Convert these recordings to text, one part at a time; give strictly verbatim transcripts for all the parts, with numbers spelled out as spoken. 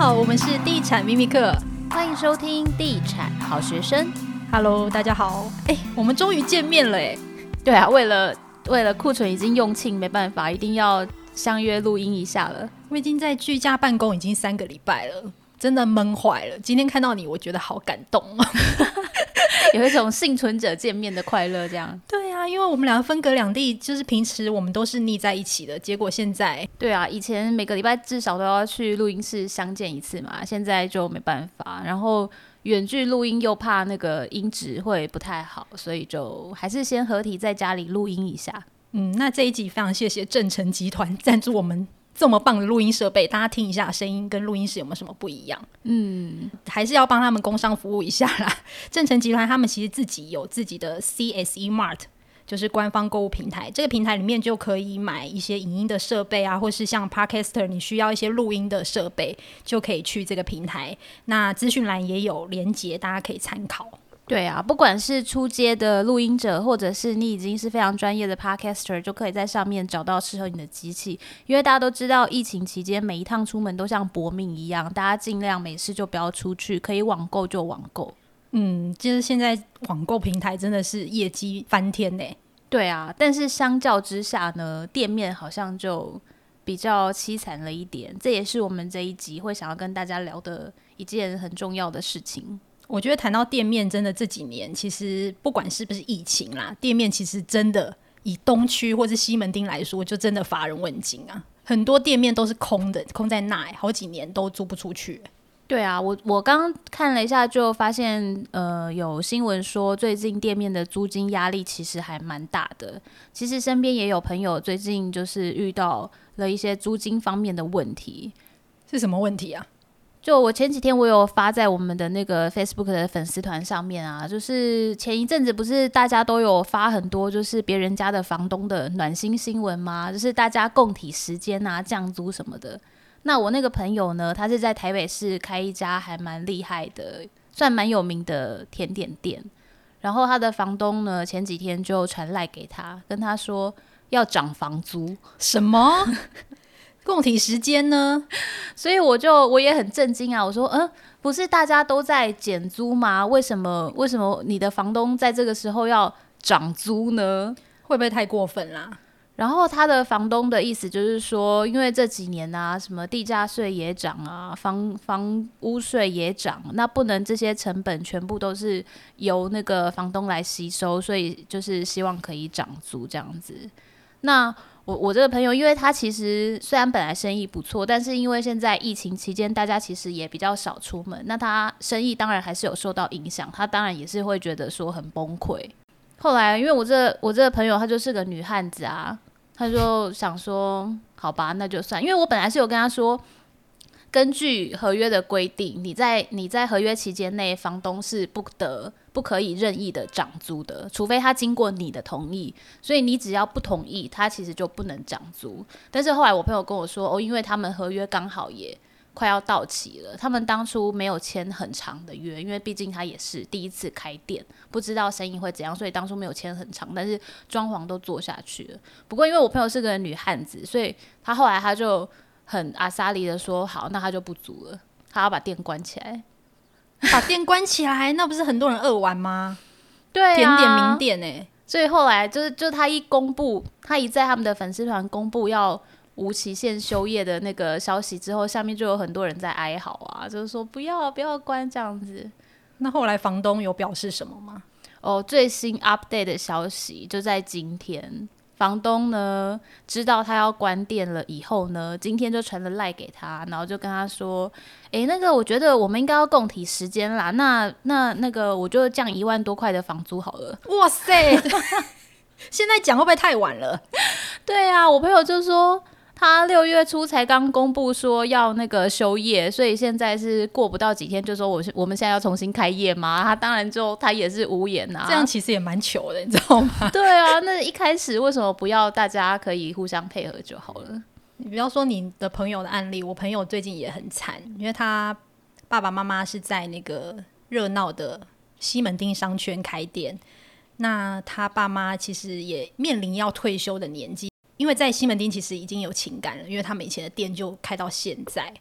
好，我们是地产秘密课， 欢迎收听地产好学生。 Hello， 大家好。哎，我们终于见面了哎。 对啊，为了为了库存已经用罄，没办法，一定要相约录音一下了。 我已经在居家办公已经三个礼拜了，真的闷坏了。今天看到你，我觉得好感动有一种幸存者见面的快乐这样。 对啊，因为我们两个分隔两地，就是平时我们都是腻在一起的，结果现在对啊，以前每个礼拜至少都要去录音室相见一次嘛，现在就没办法，然后远距录音又怕那个音质会不太好，所以就还是先合体在家里录音一下。 嗯，那这一集非常谢谢正成集团赞助我们这么棒的录音设备，大家听一下声音跟录音室有没有什么不一样？嗯，还是要帮他们工商服务一下啦。正成集团他们其实自己有自己的 C S E Mart， 就是官方购物平台，这个平台里面就可以买一些影音的设备啊，或是像 Podcaster 你需要一些录音的设备，就可以去这个平台。那资讯栏也有连结，大家可以参考。 对啊，不管是初阶的录音者，或者是你已经是非常专业的 podcaster， 就可以在上面找到适合你的机器。因为大家都知道疫情期间每一趟出门都像搏命一样，大家尽量没事就不要出去，可以网购就网购。 嗯，就是现在网购平台真的是业绩翻天耶。 对啊，但是相较之下呢，店面好像就比较凄惨了一点，这也是我们这一集会想要跟大家聊的一件很重要的事情。 我觉得谈到店面，真的这几年其实不管是不是疫情啦，店面其实真的以东区或是西门町来说，就真的乏人问津啊。很多店面都是空的，空在那，好几年都租不出去。 对啊，我我刚看了一下，就发现呃有新闻说，最近店面的租金压力其实还蛮大的。其实身边也有朋友最近就是遇到了一些租金方面的问题。 是什么问题啊？ 就我前几天我有发在我们的那个 Facebook 的粉丝团上面啊，就是前一阵子不是大家都有发很多就是别人家的房东的暖心新闻吗？就是大家共体时间啊、降租什么的。那我那个朋友呢，他是在台北市开一家还蛮厉害的，算蛮有名的甜点店。然后他的房东呢，前几天就传赖给他，跟他说要涨房租。 什么？共体时间呢？ 所以我就我也很震惊啊！我说，嗯，不是大家都在减租吗？为什么为什么你的房东在这个时候要涨租呢？ 会不会太过分啦？ 然后他的房东的意思就是说，因为这几年啊，什么地价税也涨啊，房房屋税也涨，那不能这些成本全部都是由那个房东来吸收，所以就是希望可以涨租这样子。那我我这个朋友，因为他其实虽然本来生意不错，但是因为现在疫情期间，大家其实也比较少出门，那他生意当然还是有受到影响，他当然也是会觉得说很崩溃。后来因为我这我这个朋友她就是个女汉子啊，她就想说好吧，那就算，因为我本来是有跟她说，根据合约的规定，你在你在合约期间内，房东是不得不可以任意的涨租的，除非他经过你的同意，所以你只要不同意，他其实就不能涨租。但是后来我朋友跟我说，哦，因为他们合约刚好也快要到期了，他们当初没有签很长的约，因为毕竟他也是第一次开店，不知道生意会怎样，所以当初没有签很长，但是装潢都做下去了。不过因为我朋友是个女汉子，所以他后来他就很阿莎莉的说，好，那他就不租了，他要把店关起来。 把店关起来，那不是很多人饿完吗？ 对啊， 甜点名店哎、欸， 所以后来就是就他一公布，他一在他们的粉丝团公布要无期限休业的那个消息之后，下面就有很多人在哀嚎啊，就是说不要不要关这样子。 那后来房东有表示什么吗？ 哦，最新 update 的消息就在今天。房东呢知道他要关店了以后呢，今天就传了赖给他，然后就跟他说，诶，那个我觉得我们应该要共体时间啦，那那那个我就降一万多块的房租好了。 哇塞，现在讲会不会太晚了？ 对啊，我朋友就说他六月初才刚公布说要那个休业，所以现在是过不到几天就说我我们现在要重新开业嘛，他当然就他也是无言啊。 这样其实也蛮糗的，你知道吗？ 对啊，那一开始为什么不要大家可以互相配合就好了？ 你不要说你的朋友的案例，我朋友最近也很惨，因为他爸爸妈妈是在那个热闹的西门町商圈开店，那他爸妈其实也面临要退休的年纪，因为在西门町其实已经有情感了，因为他们以前的店就开到现在，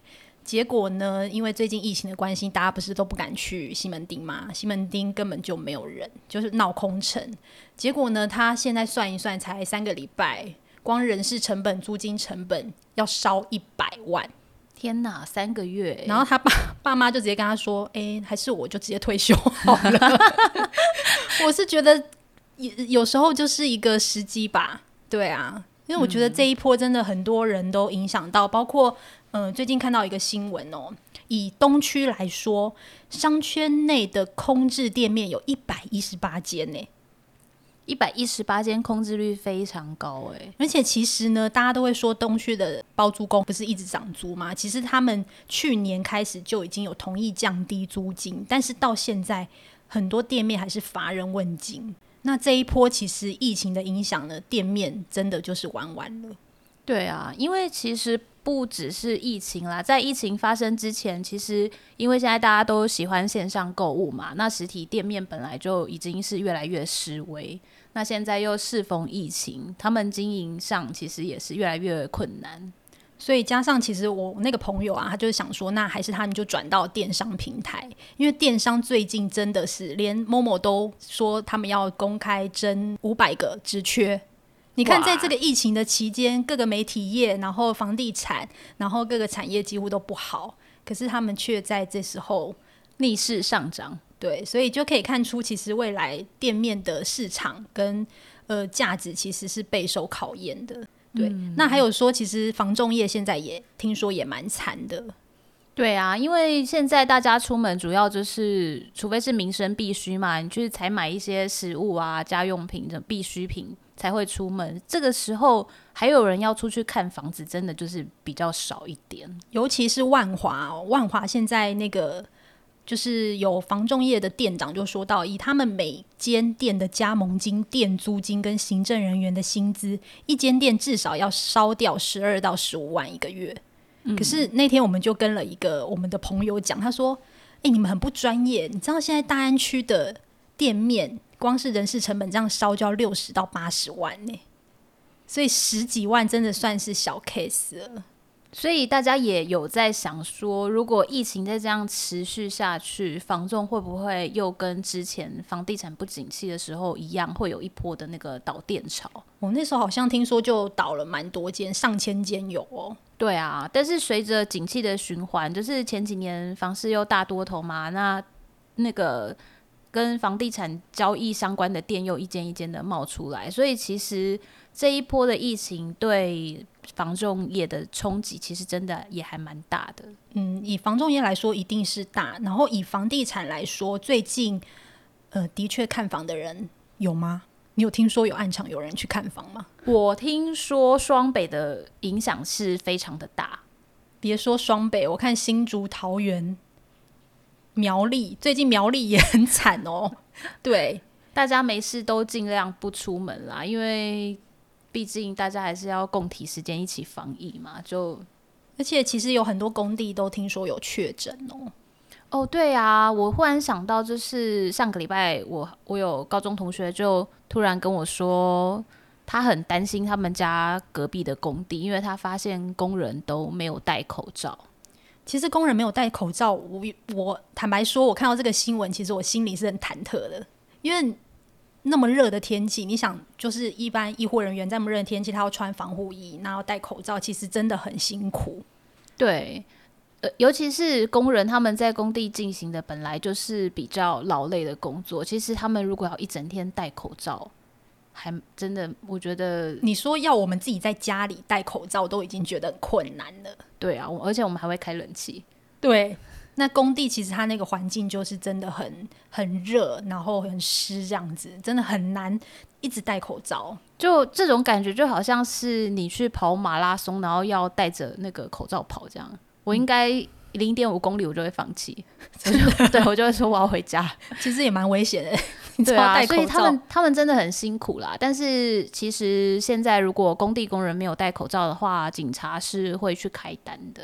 结果呢，因为最近疫情的关系，大家不是都不敢去西门町吗？西门町根本就没有人，就是闹空城。结果呢，他现在算一算，才三个礼拜，光人事成本、租金成本要烧一百万。 天哪，三个月！ 然后他爸爸妈就直接跟他说：“哎、欸，还是我就直接退休好了。”我是觉得有时候就是一个时机吧，对啊，因为我觉得这一波真的很多人都影响到，包括。嗯，最近看到一个新闻哦，以东区来说，商圈内的空置店面有一百一十八间呢， 一百一十八间空置率非常高哎。 而且其实呢，大家都会说东区的包租公不是一直涨租吗？其实他们去年开始就已经有同意降低租金，但是到现在很多店面还是乏人问津。那这一波其实疫情的影响呢，店面真的就是玩完了。 对啊，因为其实不只是疫情啦，在疫情发生之前，其实因为现在大家都喜欢线上购物嘛，那实体店面本来就已经是越来越式微，那现在又适逢疫情，他们经营上其实也是越来越困难。 所以加上其实我那个朋友啊，他就是想说，那还是他们就转到电商平台，因为电商最近真的是连 Momo 都说他们要公开征五百个职缺。你看在这个疫情的期间，各个媒体业，然后房地产，然后各个产业几乎都不好，可是他们却在这时候逆势上涨。 对，所以就可以看出其实未来店面的市场跟呃价值其实是备受考验的。对、嗯、那还有说其实房仲业现在也听说也蛮惨的。 对啊，因为现在大家出门主要就是除非是民生必须嘛，你去采买一些食物啊家用品的必需品才会出门，这个时候还有人要出去看房子，真的就是比较少一点。 尤其是万华、哦、万华现在那个就是有房仲业的店长就说到，以他们每间店的加盟金、店租金跟行政人员的薪资，一间店至少要烧掉十二到十五万一个月。可是那天我们就跟了一个我们的朋友讲，他说：“哎、欸，你们很不专业，你知道现在大安区的店面光是人事成本这样烧就要六十到八十万呢，所以十几万真的算是小 case 了。” 所以大家也有在想说，如果疫情再这样持续下去，房仲会不会又跟之前房地产不景气的时候一样，会有一波的那个倒店潮？ 我那时候好像听说就倒了蛮多间，上千间有哦。 对啊，但是随着景气的循环，就是前几年房市又大多头嘛，那那个跟房地产交易相关的店又一间一间的冒出来，所以其实这一波的疫情对房仲业的冲击其实真的也还蛮大的。 嗯，以房仲业来说一定是大，然后以房地产来说，最近呃的确看房的人有吗？你有听说有暗场有人去看房吗？ 我听说双北的影响是非常的大， 别说双北，我看新竹、桃园、苗栗，最近苗栗也很惨哦。对， 大家没事都尽量不出门啦，因为毕竟大家还是要共体时间一起防疫嘛。就而且其实有很多工地都听说有确诊哦。 哦，对啊，我忽然想到，就是上个礼拜我我有高中同学就突然跟我说，他很担心他们家隔壁的工地，因为他发现工人都没有戴口罩。 其实工人没有戴口罩，我我坦白说，我看到这个新闻，其实我心里是很忐忑的，因为那么热的天气，你想，就是一般医护人员在那么热的天气，他要穿防护衣，然后戴口罩，其实真的很辛苦。 对。呃，尤其是工人，他们在工地进行的本来就是比较劳累的工作，其实他们如果要一整天戴口罩，还真的，我觉得你说要我们自己在家里戴口罩都已经觉得很困难了。 对啊，而且我们还会开冷气。 对，那工地其实它那个环境就是真的很很热，然后很湿，这样子真的很难一直戴口罩。 就这种感觉，就好像是你去跑马拉松，然后要戴着那个口罩跑这样。我应该零点五公里我就会放弃，对，我就会说我要回家。 其实也蛮危险的，你对啊， 戴口罩， 所以他们他们真的很辛苦啦。但是其实现在如果工地工人没有戴口罩的话，警察是会去开单的。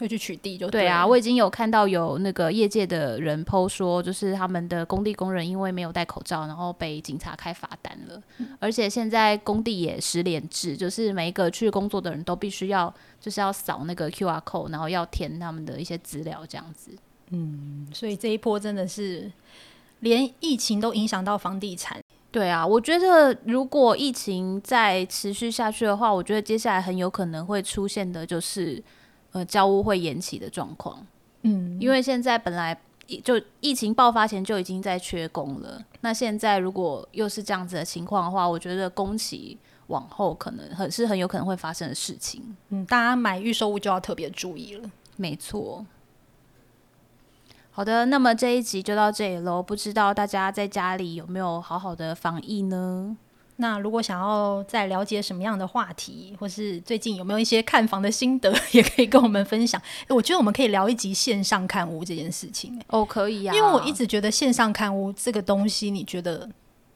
会去取缔就对啊，我已经有看到有那个业界的人 po 说，就是他们的工地工人因为没有戴口罩，然后被警察开罚单了。嗯、而且现在工地也实联制，就是每一个去工作的人都必须要就是要扫那个 Q R code， 然后要填他们的一些资料这样子。 嗯，所以这一波真的是连疫情都影响到房地产。 对啊，我觉得如果疫情再持续下去的话，我觉得接下来很有可能会出现的就是呃交屋会延期的状况。嗯，因为现在本来就疫情爆发前就已经在缺工了，那现在如果又是这样子的情况的话，我觉得工期往后可能很是很有可能会发生的事情。 嗯，大家买预售屋就要特别注意了。 没错。好的，那么这一集就到这里咯，不知道大家在家里有没有好好的防疫呢？ 那如果想要再了解什么样的话题，或是最近有没有一些看房的心得，也可以跟我们分享。我觉得我们可以聊一集线上看屋这件事情。 哦，可以啊， 因为我一直觉得线上看屋这个东西，你觉得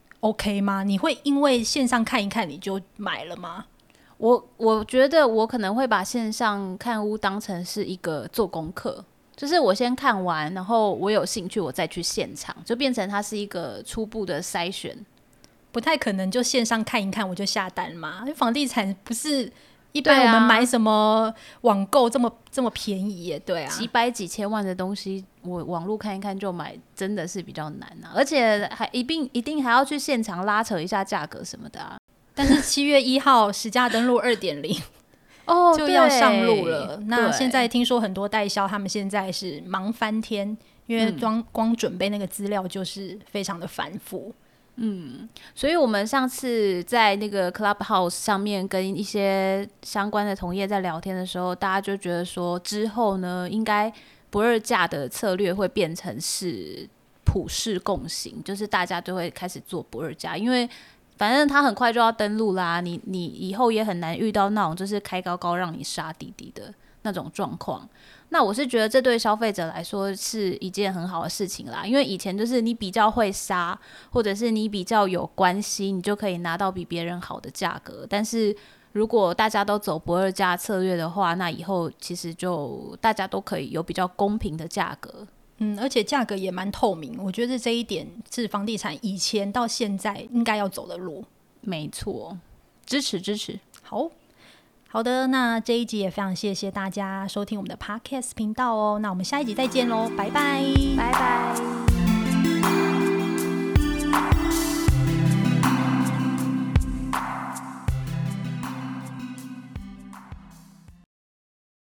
OK 吗？你会因为线上看一看你就买了吗？ 我我觉得我可能会把线上看屋当成是一个做功课。就是我先看完，然后我有兴趣我再去现场，就变成它是一个初步的筛选。 不太可能就线上看一看我就下单嘛，因为房地产不是一般我们买什么网购这么这么便宜耶。对啊， 几百几千万的东西我网络看一看就买真的是比较难啊，而且还一定一定还要去现场拉扯一下价格什么的啊。 但是七月一号实价登录 二点零哦， 就要上路了。那现在听说很多代销他们现在是忙翻天，因为光、嗯、光准备那个资料就是非常的繁复。 嗯，所以我们上次在那个 Clubhouse 上面跟一些相关的同业在聊天的时候，大家就觉得说之后呢，应该不二价的策略会变成是普世共行，就是大家都会开始做不二价，因为反正它很快就要登录啦，你你以后也很难遇到那种就是开高高让你杀低低的那种状况。那我是觉得这对消费者来说是一件很好的事情啦，因为以前就是你比较会杀，或者是你比较有关系，你就可以拿到比别人好的价格。但是如果大家都走不二价策略的话，那以后其实就大家都可以有比较公平的价格。 嗯，而且价格也蛮透明，我觉得这一点是房地产以前到现在应该要走的路。 没错，支持支持。 好好的，那这一集也非常谢谢大家收听我们的 Podcast 频道哦。那我们下一集再见咯，拜拜， 拜拜。